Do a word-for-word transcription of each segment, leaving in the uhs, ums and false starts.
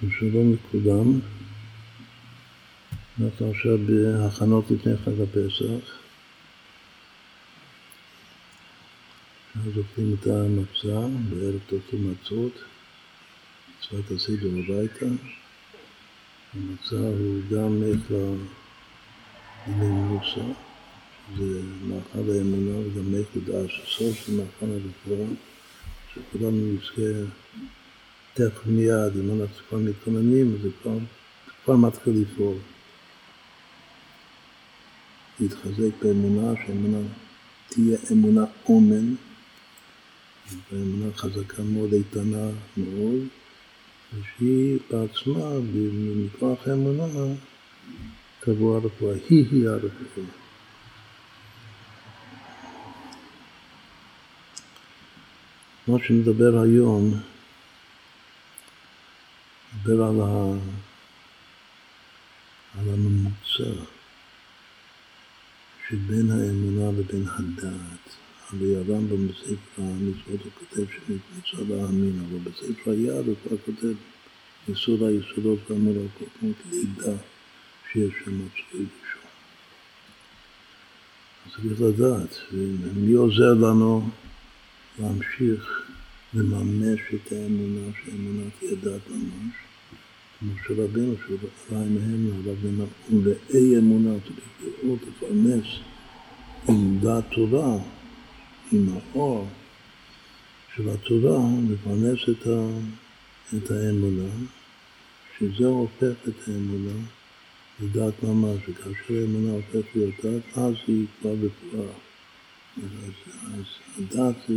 שלום לכולם, אנחנו עכשיו בהכנות לפני חג הפסח. אנחנו זוכרים את המצה, בערב תאכלו מצות, מצוות הסדר הביתה. המצה הוא גם מאכל דיני מנוסה, זה מאכל האמונה וגם מאכל דעת, סוף של מאכל הרפואה, שכולנו נזכה תכף מיד, אם אנחנו כבר מתכוננים, זה כבר, כבר מתחיל לפעול. להתחזק באמונה, שהאמונה תהיה אמונה אומן, באמונה חזקה מאוד, איתנה מאוד, ושהיא בעצמה, מכוח האמונה, תבוא הרפואה, היא-היא הרפואה. מה שנדבר היום, נדבר על, ה... על הממוצע שבין האמונה לבין הדעת. הרי הרמב"ם בספר המצוות הוא כותב שמצווה להאמין, אבל בספר היד הוא כבר כותב יסוד היסודות והמלאכות, כמו לידה שיש שם מצוי ראשון. אז צריך לדעת, ומי עוזר לנו להמשיך לממש את האמונה, שהאמונה תהיה דעת ממש, כמו שרבנו, שרבי מהם, הרב נאמר, ולאי אמונה תלכו לפרנס עם דעת תורה, עם האור של התורה, לפרנס את, ה, את האמונה, שזה הופך את האמונה לדעת ממש, וכאשר האמונה הופך להיות דעת, אז היא כבר בפועל. אז, אז הדעת זה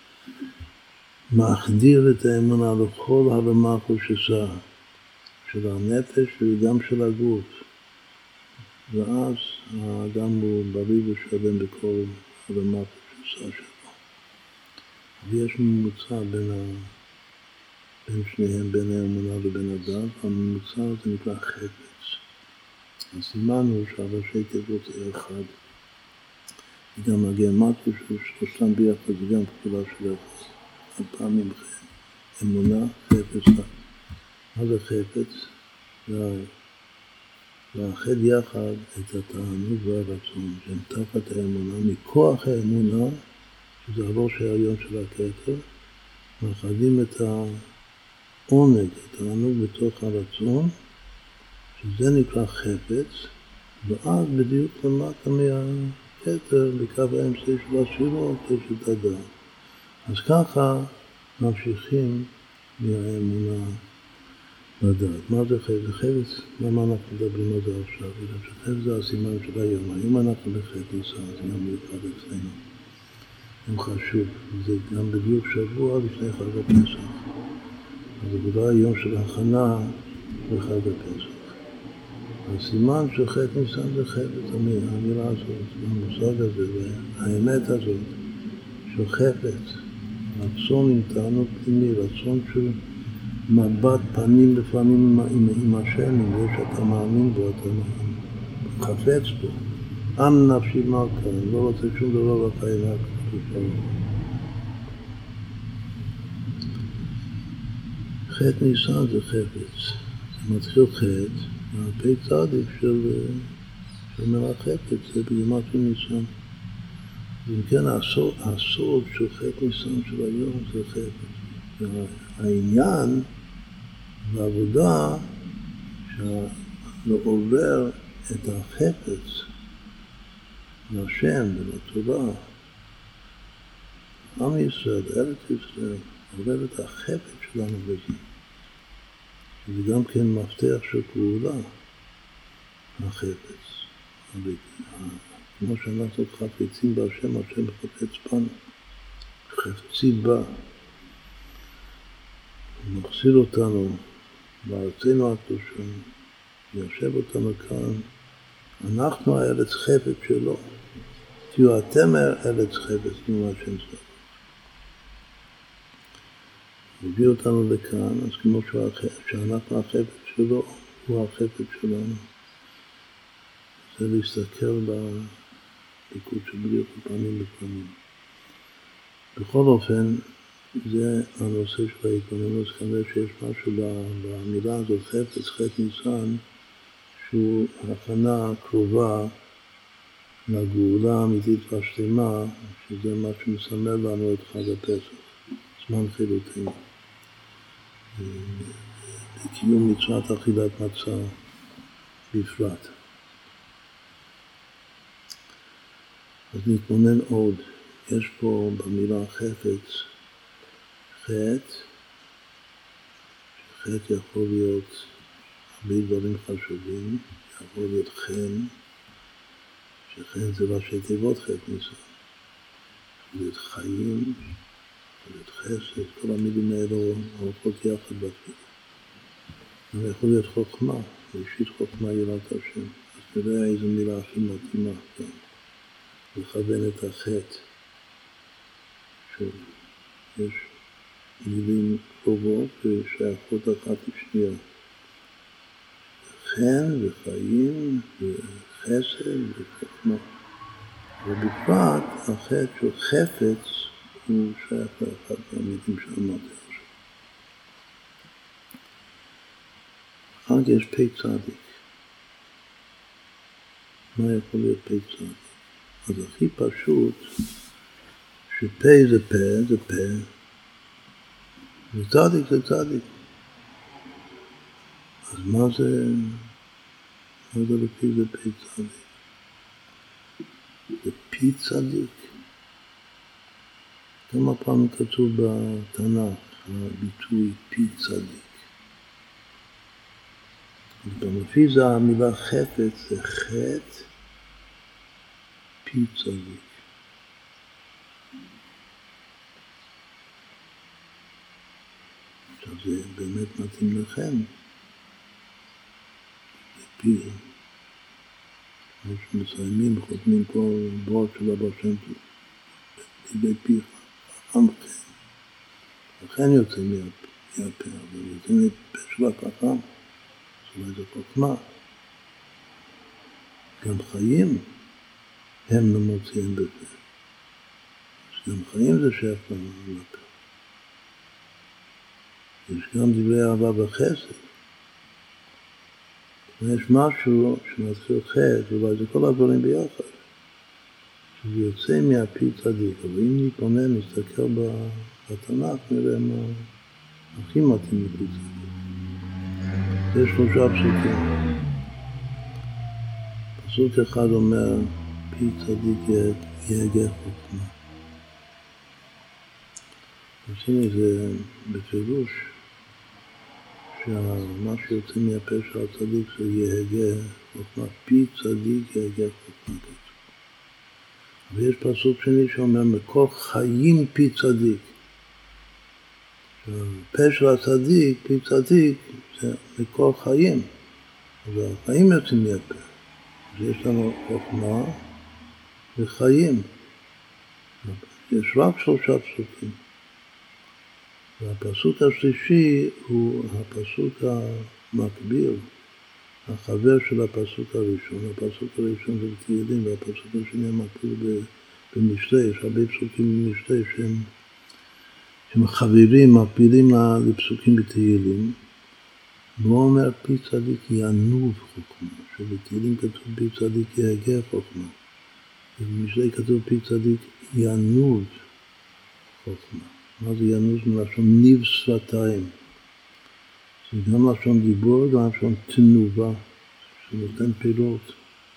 מאחדיר את האמונה לכל הרמה חוששה של הנפש וגם של הגוף, ואז האדם הוא בריא ושלם בכל הרמה חוששה שלו. ויש ממוצע בין, ה... בין שניהם, בין האמונה לבין הדעת, הממוצע זה נקרא חפץ. הסימן הוא שהראשי תיבות זה אחד, וגם הגימטריה של שלושתם ביחד זה גם כפולה של אפס. הפעמים אמונה, חפץ. מה זה חפץ? לאחד יחד את התענוג והרצון, שהם תחת האמונה, מכוח האמונה, שזה הראש העליון של הכתר, מאחדים את העונג, את התענוג בתוך הרצון, שזה נקרא חפץ, ואז בדיוק למטה מהכתר, בקו האמצעי של השירות, יש את הדעת. אז ככה ממשיכים מהאמונה לדעת. מה זה חפץ? חפץ, למה אנחנו מדברים על זה עכשיו? חפץ זה הסימן של היום. היום אנחנו בחפץ ניסן, זה גם מיוחד אצלנו. זה חשוב. זה גם בדיוק שבוע לפני חג הפסח. אז זה בוודאי היום של הכנה לחג הפסח. הסימן של חפץ ניסן זה חפץ, המילה הזאת, המושג הזה, האמת הזאת, של חפץ. רצון עם טענות פנימי, רצון של מבט פנים לפעמים עם, עם השם, עם זה שאתה מאמין בו, אתה חפץ בו. עם נפשי מלכה, אני לא רוצה שום דבר בחיים, רק חפץ. חטא ניסן זה חפץ. זה מתחיל חטא, מהפי צדיק של, של מלאך חפץ, זה בגימטריה ניסן. אם כן, הסוד, הסוד של חטא ניסן של היום זה חפץ. העניין והעבודה שלעובר את החפץ לשם ולתורה, עם ישראל, ארץ ישראל, עובר את החפץ שלנו בזה. זה גם כן מפתח של פעולה, החפץ. כמו שאנחנו חפצים בהשם, השם חפץ בנו, חפצי בה. הוא מחזיר אותנו בארצנו הקדושה, יושב אותנו כאן, אנחנו הארץ חפץ שלו, תהיו אתם הארץ חפץ ממה שם סוף. הוא הביא אותנו לכאן, אז כמו שאנחנו החפץ שלו, הוא החפץ שלנו. זה להסתכל בליקוד של בריאות בפנים בפנים. בכל אופן, זה הנושא של ההתבוננות. כנראה שיש משהו במילה הזאת, חפץ, חטא ניסן, שהוא הכנה קרובה לגאולה האמיתית והשלמה, שזה מה שמסמל לנו את חג הפסח, זמן חילותנו. לקיום מצוות אכילת מצה בפרט. אז נתבונן עוד. יש פה במילה חפץ חטא, שחטא יכול להיות הרבה דברים חשובים, יכול להיות חן, שחן זה ראשי תיבות חטא ניסן, יכול להיות חיים, יכול להיות חסד, כל המילים האלו הולכות יחד בתפילה. אבל יכול להיות חוכמה, ראשית חוכמה יראת השם. אז תראה איזו מילה הכי מתאימה, כן. לכוון את החטא. שוב, יש מילים קרובות ושייכות אחת לשנייה. חן וחיים וחסד וחוכמה. ובפרט החטא של חפץ הוא שייך לאחד מהמילים שאמרתי עכשיו. אחר כך יש פי צדיק. מה יכול להיות פי צדיק? אז הכי פשוט שפי זה פה, זה פה, וצדיק זה צדיק. אז מה זה, מה זה לפי זה פי צדיק? זה פי צדיק. כמה פעמים כתוב בתנ"ך הביטוי פי צדיק. לפי זה המילה חפץ זה חטא פי צדיק. עכשיו זה באמת מתאים לכם. פי, כמו שמסיימים, חותמים כל בורד של אבא שם טוב. לידי פיך, חכם חן. החן יוצא מהפה, אבל יוצא מהפה של החכם. אולי זה חוכמה. גם חיים הם לא מוציאים בפה. גם חיים זה שייך לפה. יש גם דברי אהבה וחסד. יש משהו שמתחיל חטא, אולי זה כל הדברים ביחד. שזה יוצא מהפי צדיק. אבל אם נתבונן, נסתכל בתנ"ך, נראה מה הכי מתאים לפי צדיק. יש שלושה פסוקים. פסוק אחד אומר, פי צדיק יהגה חוכמה. השני זה בפירוש, שמה שיוצא מהפה של הצדיק זה יהגה חוכמה. פי צדיק יהגה חוכמה. ויש פסוק שני שאומר, מקור חיים פי צדיק. הפה של הצדיק, פי צדיק, זה מקור חיים. והחיים יוצאים מהפה. אז יש לנו חוכמה וחיים. יש רק שלושה פסוקים. והפסוק השלישי הוא הפסוק המקביל, החבר של הפסוק הראשון. הפסוק הראשון זה בתהילים, והפסוק השני המקביל במשלי. יש הרבה פסוקים במשלי שהם שהם חברים, מקבילים לפסוקים בתהילים. והוא אומר פי צדיק ינוב חוכמה, שבתהילים כתוב פי צדיק יהגה חוכמה, ובמשלי כתוב פי צדיק ינוב חוכמה. מה זה ינוב? מלשון ניב שפתיים. זה גם לשון דיבור, גם לשון תנובה, שנותן פירות.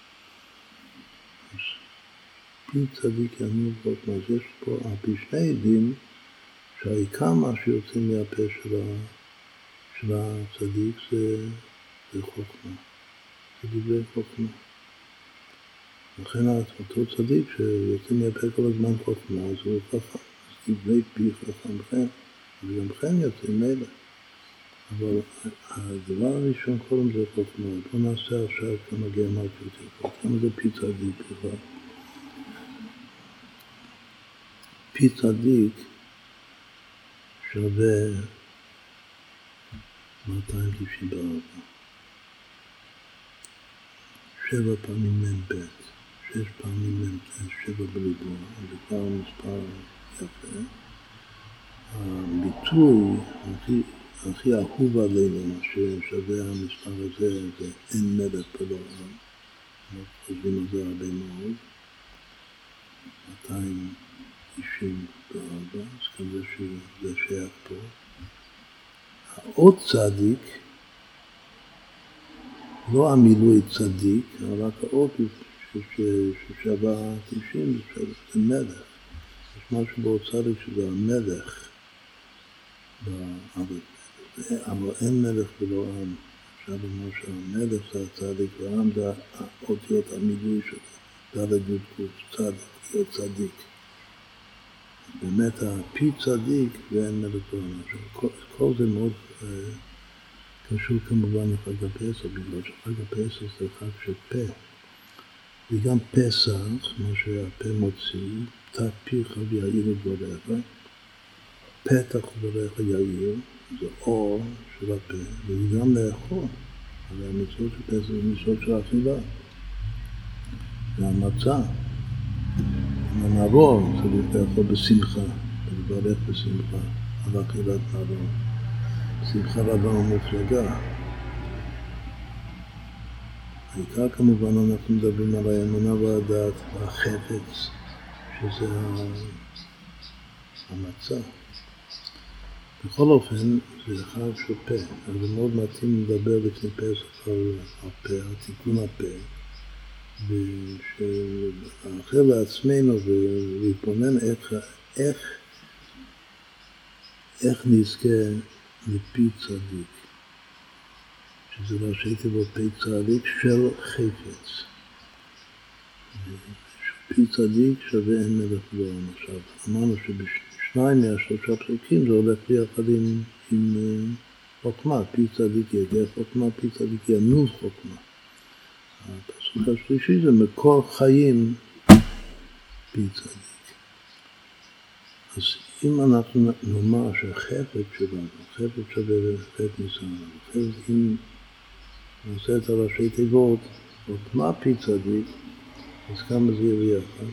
אז פי צדיק ינוב חוכמה. אז יש פה, על פי שני עדים, שהעיקר מה שיוצא מהפה של, של הצדיק זה, זה חוכמה. זה דברי חוכמה. לכן אותו צדיק שיוצא מהפה כל הזמן חוכמה, אז הוא חכם. אז דברי פי חכם חן, וגם חן יוצא מלא. אבל הדבר הראשון קודם זה חוכמה. בואו נעשה עכשיו כמה גרמטיות יותר. כמה זה פי צדיק בכלל. פי צדיק שווה מאתיים תשעים וארבע. שבע פעמים מ"ב, שש פעמים מ"ב, שבע בריבוע, זה כבר מספר יפה. הביטוי הכי, הכי אהוב עלינו, ששווה המספר הזה, זה אין מלך ולא עם. אנחנו חושבים על זה הרבה מאוד. מאתיים תשעים וארבע, אז כזה שזה שייך פה. העוד צדיק, לא המילוי צדיק, אבל רק העוד ששווה תשעים, זה מלך. יש משהו בעוד צדיק שזה המלך, אבל אין מלך ולא עם. עכשיו אומר שהמלך זה הצדיק, והעם זה האותיות המילוי שלו, ד' י' ק' צדיק, להיות צדיק. באמת הפי צדיק ואין מלך ולא עם. כל, כל זה מאוד אה, קשור כמובן לחג הפסח, בגלל שחג הפסח זה חג של פה. וגם פסח, מה שהפה מוציא, תא פיך ויעיר את דבריך, פתח דבריך יעיר, זה אור של הפה, וגם לאכול. אבל המצוות של פסח זה מצוות של אכילה. והמצה, המרור, צריך לאכול בשמחה, ולברך בשמחה, על אכילת מרור. שמחה רבה ומופלגה. העיקר כמובן אנחנו מדברים על האמונה והדעת והחפץ, שזה המצה. בכל אופן, זה חג של פה, אז זה מאוד מתאים לדבר לפני פסח על הפה, על תיקון הפה, ושאחר לעצמנו ולהתבונן איך, איך, איך נזכה לפי צדיק, שזה ראשי תיבות פי צדיק של חפץ. פי צדיק שווה אין מלך ולא עם. עכשיו, אמרנו שבשניים מהשלושה פסוקים זה הולך ביחד עם, עם חוכמה. פי צדיק יגע חוכמה, פי צדיק ינוז חוכמה. הפסוק השלישי זה מקור חיים פי צדיק. אז אם אנחנו נאמר שהחפץ שלנו, חפץ שווה חפץ ניסן, חפץ אם נעשה את הראשי תיבות, חוכמה פי צדיק, אז כמה זה יהיה ביחד?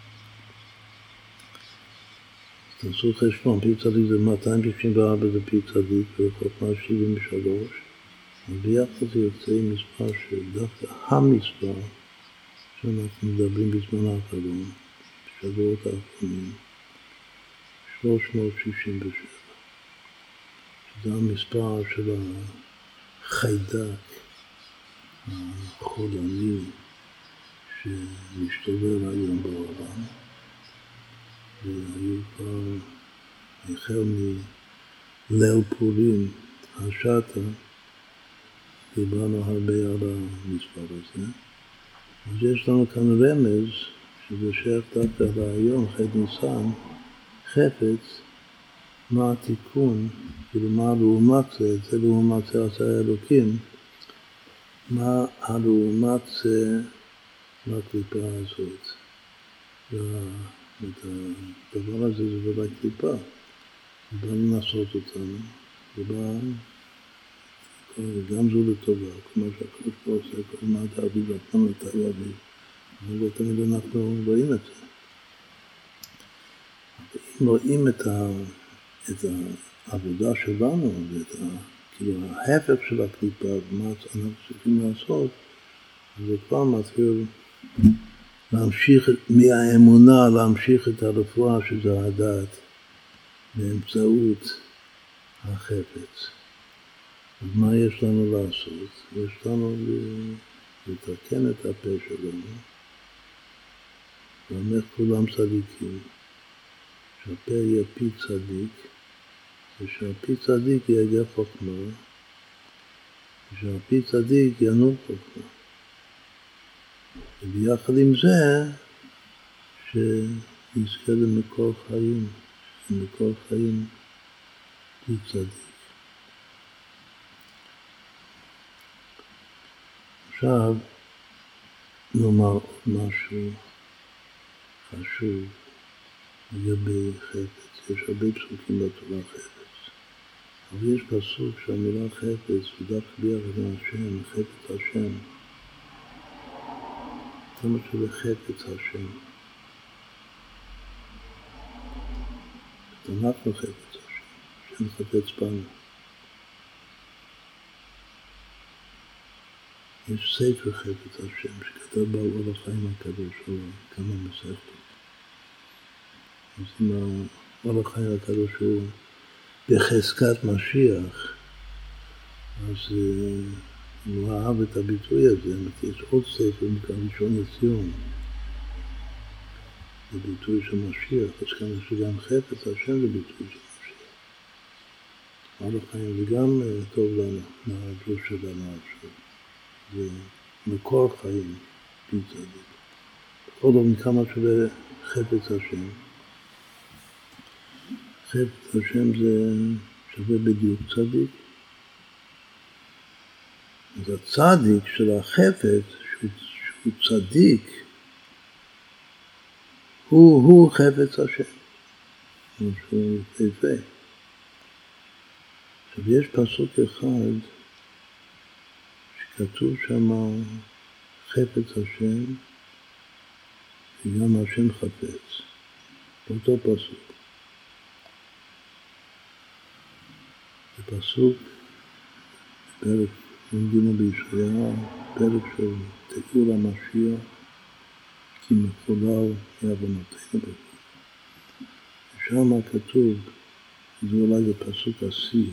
תעשו חשבון, פי צדיק זה מאתיים תשעים וארבע זה פי צדיק, וחוכמה שבעים ושלוש. וביחד זה יוצא עם מספר שדווקא המספר שאנחנו מדברים בזמן האחרון, בשבועות האחרונים, שלוש מאות שישים ושבע. שזה המספר של החיידק החולני שמשתולל היום בעולם. והיו כבר, החל מליל פורים, השעתה, דיברנו הרבה על המספר הזה. אז יש לנו כאן רמז, שזה שייך דווקא להיום, ח' ניסן, חפץ, מה התיקון, כאילו מה לעומת זה, זה לעומת זה עשה אלוקים, מה הלעומת זה לקליפה הזאת. הדבר הזה זה ודאי קליפה, זה בא לנסות אותנו, זה בא גם זו לטובה, כמו שהקדוש ברוך הוא עושה, כל מה תעביד ואתם לתאי אביב, אבל לא תמיד אנחנו רואים את זה. אם רואים את, ה, את העבודה שלנו, ואת ה, כאילו ההפך של הקליפה, מה אנחנו צריכים לעשות, אז זה כבר מתחיל להמשיך מהאמונה, להמשיך את הרפואה שזה הדעת, באמצעות החפץ. אז מה יש לנו לעשות? יש לנו לתקן את הפה שלנו, ואומר כולם צדיקים, שהפה יהיה פי צדיק, ושהפי צדיק יגע חוכמה, ושהפי צדיק ינוז חוכמה. וביחד עם זה, שיזכה למקור חיים, למקור חיים פי צדיק. עכשיו נאמר עוד משהו חשוב לגבי חפץ. יש הרבה פסוקים בתורה חפץ, אבל יש פסוק שהמילה חפץ ודווקא ביחד עם השם, חפץ השם, זה מה שזה חפץ השם. אנחנו חפץ השם. השם חפץ בנו. יש ספר חפץ השם שכתב בעל אור החיים הקדוש, או כמה מסכתות. אז אם האור החיים הקדוש הוא בחזקת משיח, אז אם הוא אהב את הביטוי הזה, יש עוד ספר נקרא ראשון לציון, זה ביטוי של משיח, אז כאן יש גם חפץ השם זה ביטוי של משיח. אור החיים זה גם טוב לנו, מהדרוש שלנו עכשיו. זה מקור חיים, בלי צדיק. בכל אופן כמה שווה חפץ השם. חפץ השם זה שווה בדיוק צדיק. אז הצדיק של החפץ, שהוא, שהוא צדיק, הוא, הוא חפץ השם. שהוא יפה. עכשיו יש פסוק אחד שכתוב שם חפץ השם וגם השם חפץ. באותו פסוק. זה פסוק בפרק נ"ג בישעיהו, פרק של תיאור המשיח, כי מחולל מעוונותינו בגוף. ושם כתוב, זה אולי זה פסוק השיא,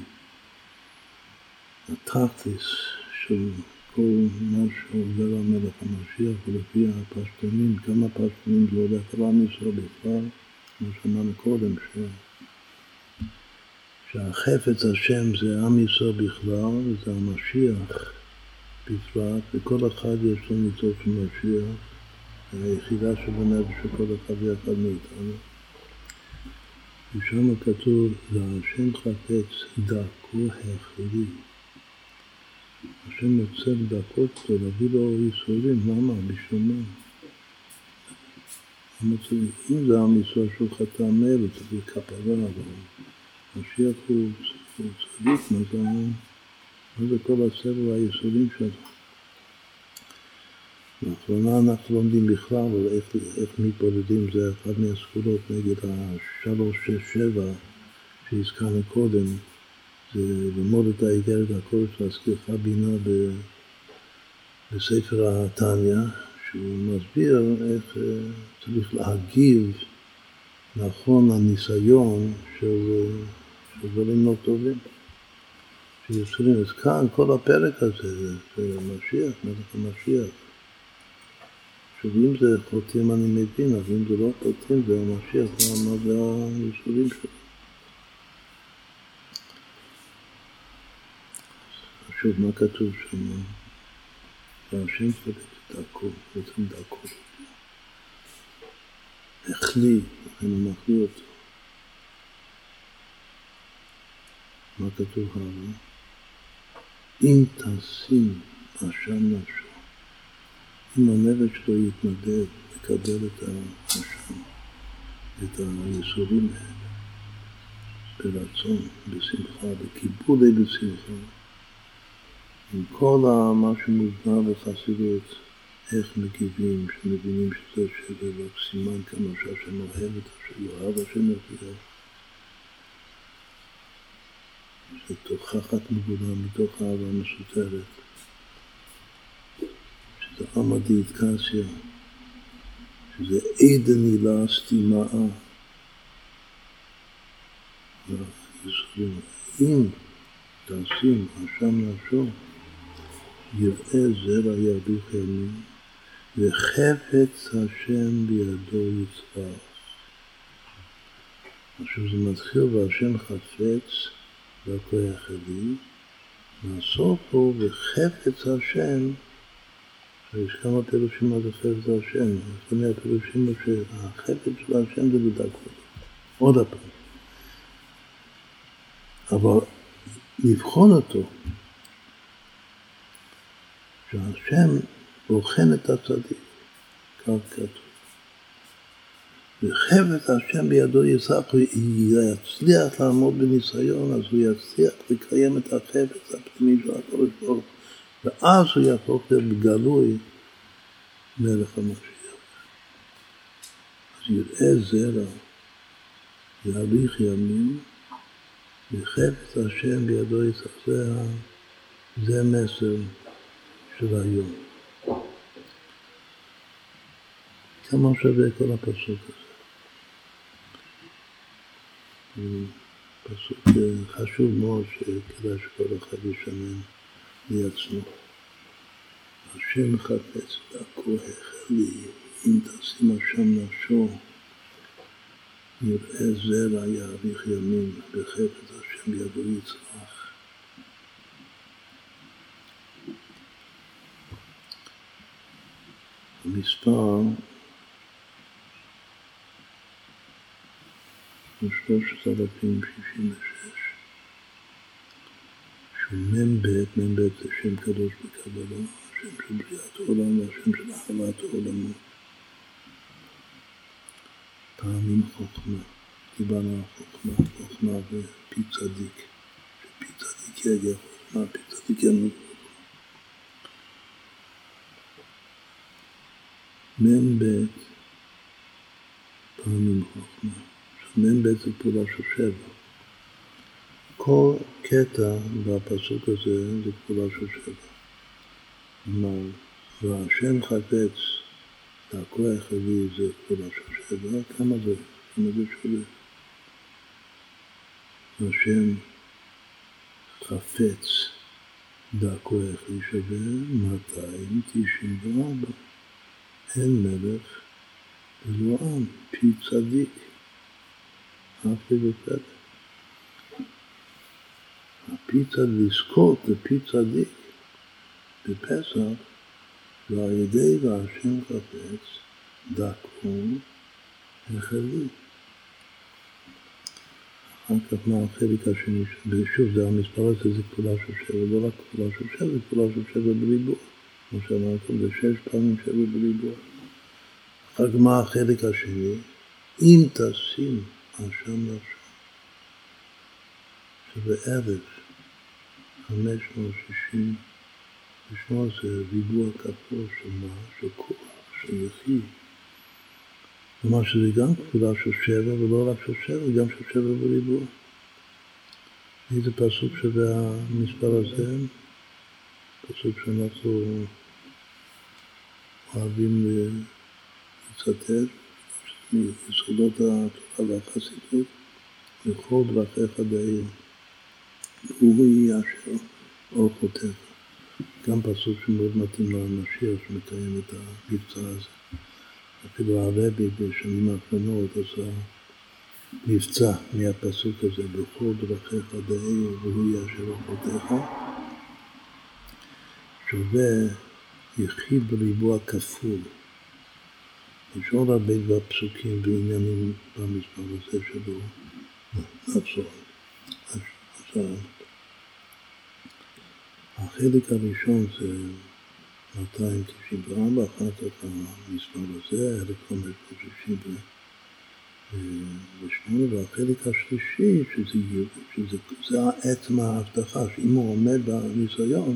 התכלס של כל מה שעובר המלך המשיח, ולפי הפשטונים, כמה פשטונים זה הולך על עם ישראל בכלל, כמו שאמרנו קודם, ש... שהחפץ השם זה עם ישראל בכלל, וזה המשיח בפרט, וכל אחד יש לו מיתות של משיח, היחידה שבנפש של כל אחד ואחד מאיתנו. ושם כתוב, והשם חפץ דרכו החלי. השם מוצא דרכות שלו, להביא לו ייסורים, למה? בשלומה. אם זה עם ישראל שהוא חטא מלא, זה כפרה, אבל משיח הוא צדיק, מה זה כל הסבל והייסורים שלו? לאחרונה אנחנו לומדים בכלל על איך, איך מתבודדים, זה אחת מהסגולות נגד ה-שלוש שש שבע שהזכרנו קודם, זה ללמוד את האיגרת הקודש להזכירך בינה ב, בספר התניא, שהוא מסביר איך צריך להגיב נכון הניסיון של, של דברים לא טובים. שיוצרים, אז כאן כל הפרק הזה, זה משיח, מלך המשיח. עכשיו אם זה חוטאים אני מבין, אבל אם זה לא חוטאים זה המשיח, מה זה הייסורים שלו. עכשיו מה כתוב שם? והשם חפץ דרכו, בעצם דרכו. החליא, לכן הוא מחליא אותו. מה כתוב הלאה? אם תשים אשם נפשו, אם הנפש שלו יתנדב לקבל את האשם, את הייסורים האלה, ברצון, בשמחה, בכיבודי בשמחה, עם כל מה שמוזנע בחסידות, איך מגיבים, שמבינים שזה שווה רק סימן כמה שהשם אוהב את השם, יאהב השם ירגיע. זה תוכחת מגולה מתוך אהבה מסותרת, שזה עמא דאיטקסיה, שזה עדן הילה סתימאה. אם תשים אשם נפשו, יראה זרע ירביך ימים, וחפץ השם בידו יצלח. עכשיו זה מתחיל והשם חפץ דרכו החלי, מהסוף הוא וחפץ השם, יש כמה פירושים על חפץ השם, זה מהפירושים הוא שהחפץ של השם זה בדרכו, עוד הפעם. אבל לבחון אותו, שהשם בוחן את הצדיק, כך כתוב. וחפץ השם בידו יצלח, הוא יצליח לעמוד בניסיון, אז הוא יצליח לקיים את החפץ הפנימי של הקודש ברוך הוא, ואז הוא יהפוך להיות בגלוי מלך המשיח. אז יראה זרע, יאריך ימים, וחפץ השם בידו יצחק, זה, זה המסר של היום. כמה שווה כל הפסוק הזה. פסוק חשוב מאוד שכדאי שכל אחד ישנן לעצמו. השם חפץ דרכו החלי, אם תשים השם נפשו, יראה זרע יאריך ימים, וחפץ השם בידו יצלח. המספר הוא שלושת אלפים שישים ושש, שהוא מ"ם ב', מ"ם ב' זה שם קדוש בקבלה, השם של בריאת העולם והשם של החלת העולמות. פעמים חוכמה, דיברנו על חוכמה, חוכמה ופי צדיק, שפי צדיק יגיע חוכמה, פי צדיק ימות חוכמה. מ"ם ב' פעמים חוכמה. מ"ם ב' זה פעולה של שבע. כל קטע בפסוק הזה זה פעולה של שבע. כלומר, והשם חפץ דרכו החלי זה פעולה של שבע. כמה זה? כמה זה שווה? השם חפץ דרכו החלי שווה מאתיים תשעים וארבע. אין מלך ולא עם, פי צדיק. אף ובפתח. הפי צדיק, לזכות לפי צדיק בפסח, ועל ידי והשם חפץ דרכו החלי. אחר כך מה החלק השני, ושוב זה המספר הזה זה כפולה של שבע, לא רק כפולה של שבע, זה כפולה של שבע בריבוע. כמו שאמרתם, זה שש פעמים שבע בריבוע. אחר כך מה החלק השני, אם תשים השם נפשו, שבערך חמש מאות שישים ושמונה זה ריבוע כפול של מה? של כוח, של יחיד. כלומר שזה גם כפולה של שבע, ולא רק של שבע, גם של שבע בריבוע. איזה פסוק שווה המספר הזה? פסוק שאנחנו אוהבים לצטט, מיסודות התורה והחסידות, לכל דרכיך דאיר, הוא יהיה אשר אורחותיך. גם פסוק שמאוד מתאים למשיח שמקיים את המבצע הזה. אפילו הרבי בשנים האחרונות עשה מבצע מהפסוק הזה, בכל דרכיך דאיר, והוא יהיה אשר אורחותיך, שווה יחיד בריבוע כפול. יש עוד הרבה דבר פסוקים ועניינים במספר הזה שלו נחזור. אז החלק הראשון זה מאתיים תשעים וארבע, אחר כך המספר הזה, אלף חמש מאות שישים ושמונה, והחלק השלישי, שזה, שזה, זה עצם ההבטחה, שאם הוא עומד בניסיון,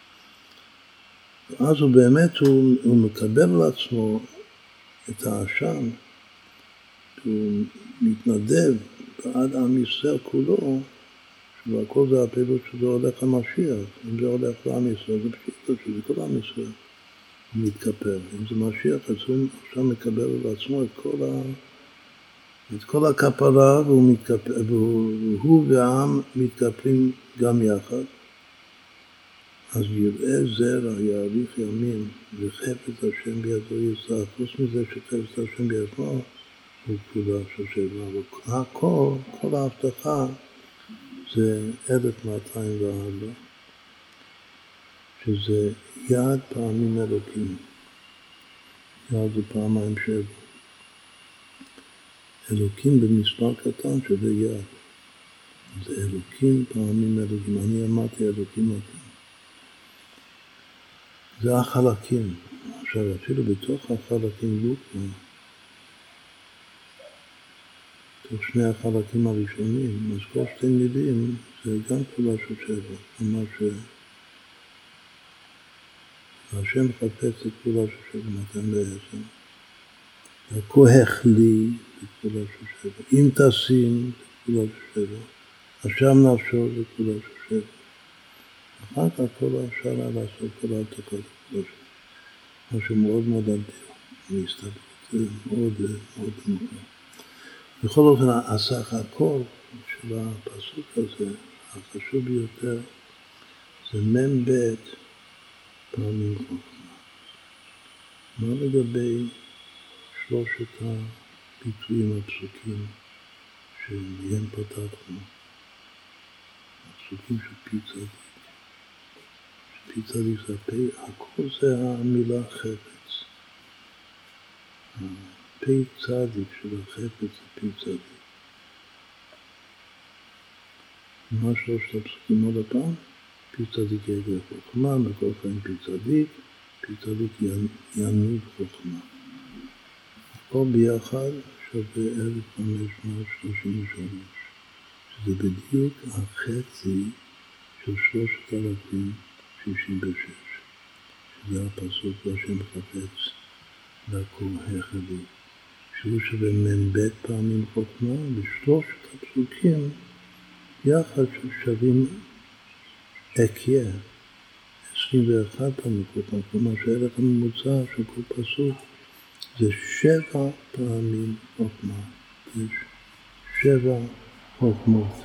אז הוא באמת, הוא, הוא מקבל על עצמו את האשם, הוא מתנדב בעד עם ישראל כולו, והכל זה הפעילות שזה הולך המשיח. אם זה הולך לעם ישראל, זה פשוט שזה כל עם ישראל מתכפר. אם זה משיח, אז הוא עכשיו מקבל על עצמו את כל, ה... את כל הכפרה, והוא, מתכפר, והוא והעם מתכפרים גם יחד. אז יראה זרע, יאריך ימים, וחפץ השם בידו יצלח. חוץ מזה שחפץ השם בידו הוא כפולה של שבע. הכל, כל ההבטחה, זה אלף מאתיים וארבע, שזה יד פעמים אלוקים. יד זה פעמיים שבע. אלוקים במספר קטן שווה יד. זה אלוקים פעמים אלוקים. אני אמרתי אלוקים אותם. זה החלקים. עכשיו אפילו בתוך החלקים לוקמן, תוך שני החלקים הראשונים, אז כל שתי מילים זה גם כפולה של שבע. כלומר שהשם חפץ את כפולה של שבע, מאתיים ועשר. דרכו החלי את כפולה של שבע. אם תשים את כפולה של שבע. אשם נפשו וכולו שושבת. אחר כך כל השאר היה לעשות כל ההתקות וכולו שושבת. משהו מאוד מאוד אדיר, להסתכל, זה מאוד מאוד מוכר. בכל אופן, הסך הכל של הפסוק הזה, החשוב ביותר, זה מ"ם ב' פעמים חוכמה. מה לגבי שלושת הביטויים הפסוקים שמהם פתחנו? הפסוקים של פי צדיק. פי צדיק זה הפי, הכל זה המילה חפץ. פי צדיק של החפץ זה פי צדיק. מה שלושת הפסוקים עוד הפעם? פי צדיק יגר חוכמה, בכל חיים פי צדיק, פי צדיק ינוד חוכמה. הכל ביחד שווה אלף חמש מאות שלושים ושלוש, שזה בדיוק החצי של שלושת אלפים שישים ושש, שזה הפסוק והשם חפץ והכל החלי, שהוא שווה מ"ם ב' פעמים חוכמה, ושלושת הפסוקים יחד שווים אקיה, עשרים ואחת פעמים חוכמה, כלומר שהערך הממוצע של כל פסוק זה שבע פעמים חוכמה, יש שבע חוכמות.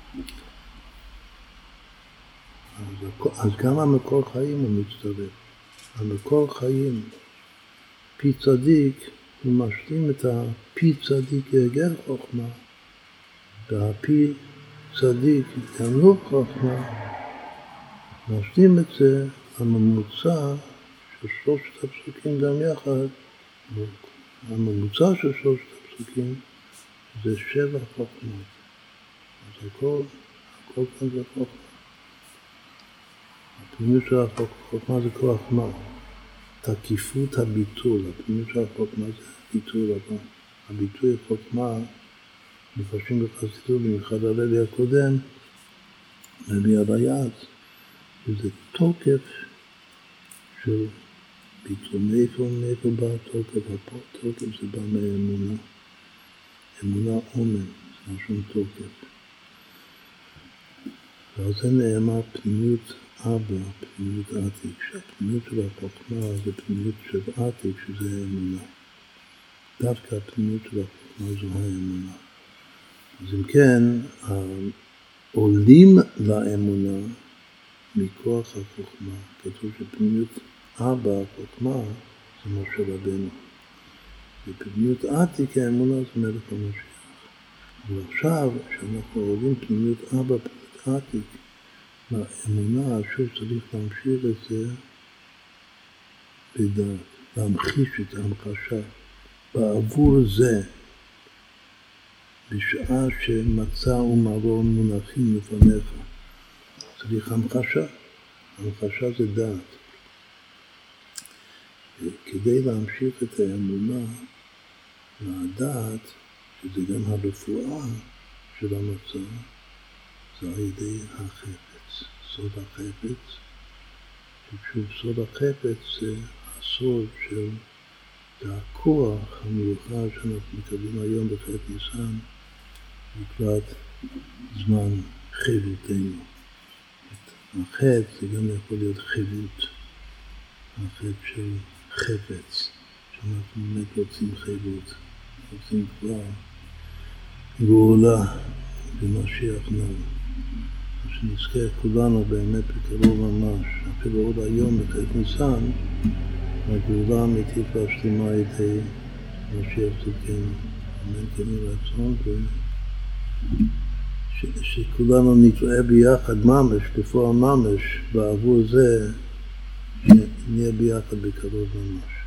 אז, אז גם המקור חיים הוא מצטרף. המקור חיים, פי צדיק, הוא משלים את הפי צדיק יגר חוכמה, והפי צדיק ינוד חוכמה, משלים את זה הממוצע של שלושת הפסוקים גם יחד. הממוצע של שלושת הפסוקים זה שבע חוכמות. אז הכל, הכל כאן זה חוכמה. הפנימיות של החוכמה זה כוח מה? תקיפות הביטול. הפנימיות של החוכמה זה ביטול. הביטוי חוכמה, מפרשים בחסידות, במיוחד הרבי הקודם, רבי הריי"צ, זה תוקף של ביטול. מאיפה, מאיפה בא התוקף? התוקף זה בא מאמונה. אמונה אומן, זה משהו תוקף. ועל זה נאמר פנימיות אבא, פנימיות עתיק, שהפנימיות של החוכמה זה פנימיות של עתיק, שזה האמונה. דווקא הפנימיות של החוכמה זו האמונה. אז אם כן, עולים לאמונה מכוח החוכמה. כתוב שפנימיות אבא, החוכמה, זה משה רבנו. ופנימיות עתיק, האמונה, זה מלך המשיח. ועכשיו, כשאנחנו עולים פנימיות אבא, פנימיות עתיק, האמונה, שוב צריך להמשיך את זה בדעת, להמחיש את ההמחשה. בעבור זה, בשעה שמצא ומרון מונחים לפניך, צריך המחשה. המחשה זה דעת. וכדי להמשיך את האמונה והדעת, שזה גם הרפואה של המצא, זה על ידי החפץ, סוד החפץ. שוב, סוד החפץ זה הסוד של זה הכוח המיוחד שאנחנו מקבלים היום בחטא ניסן לקראת זמן חילותנו. החטא זה גם יכול להיות חילות, החטא של חפץ, שאנחנו באמת רוצים חילות, רוצים כבר גאולה במשיח נאו. שנזכה כולנו באמת בקרוב ממש, אפילו עוד היום בחטא ניסן, הגאולה האמיתית והשלמה על ידי משיח צדקנו. אמן כן יהי רצון, שכולנו נתראה ביחד ממש, בפועל ממש, בעבור זה, שנהיה ביחד בקרוב ממש.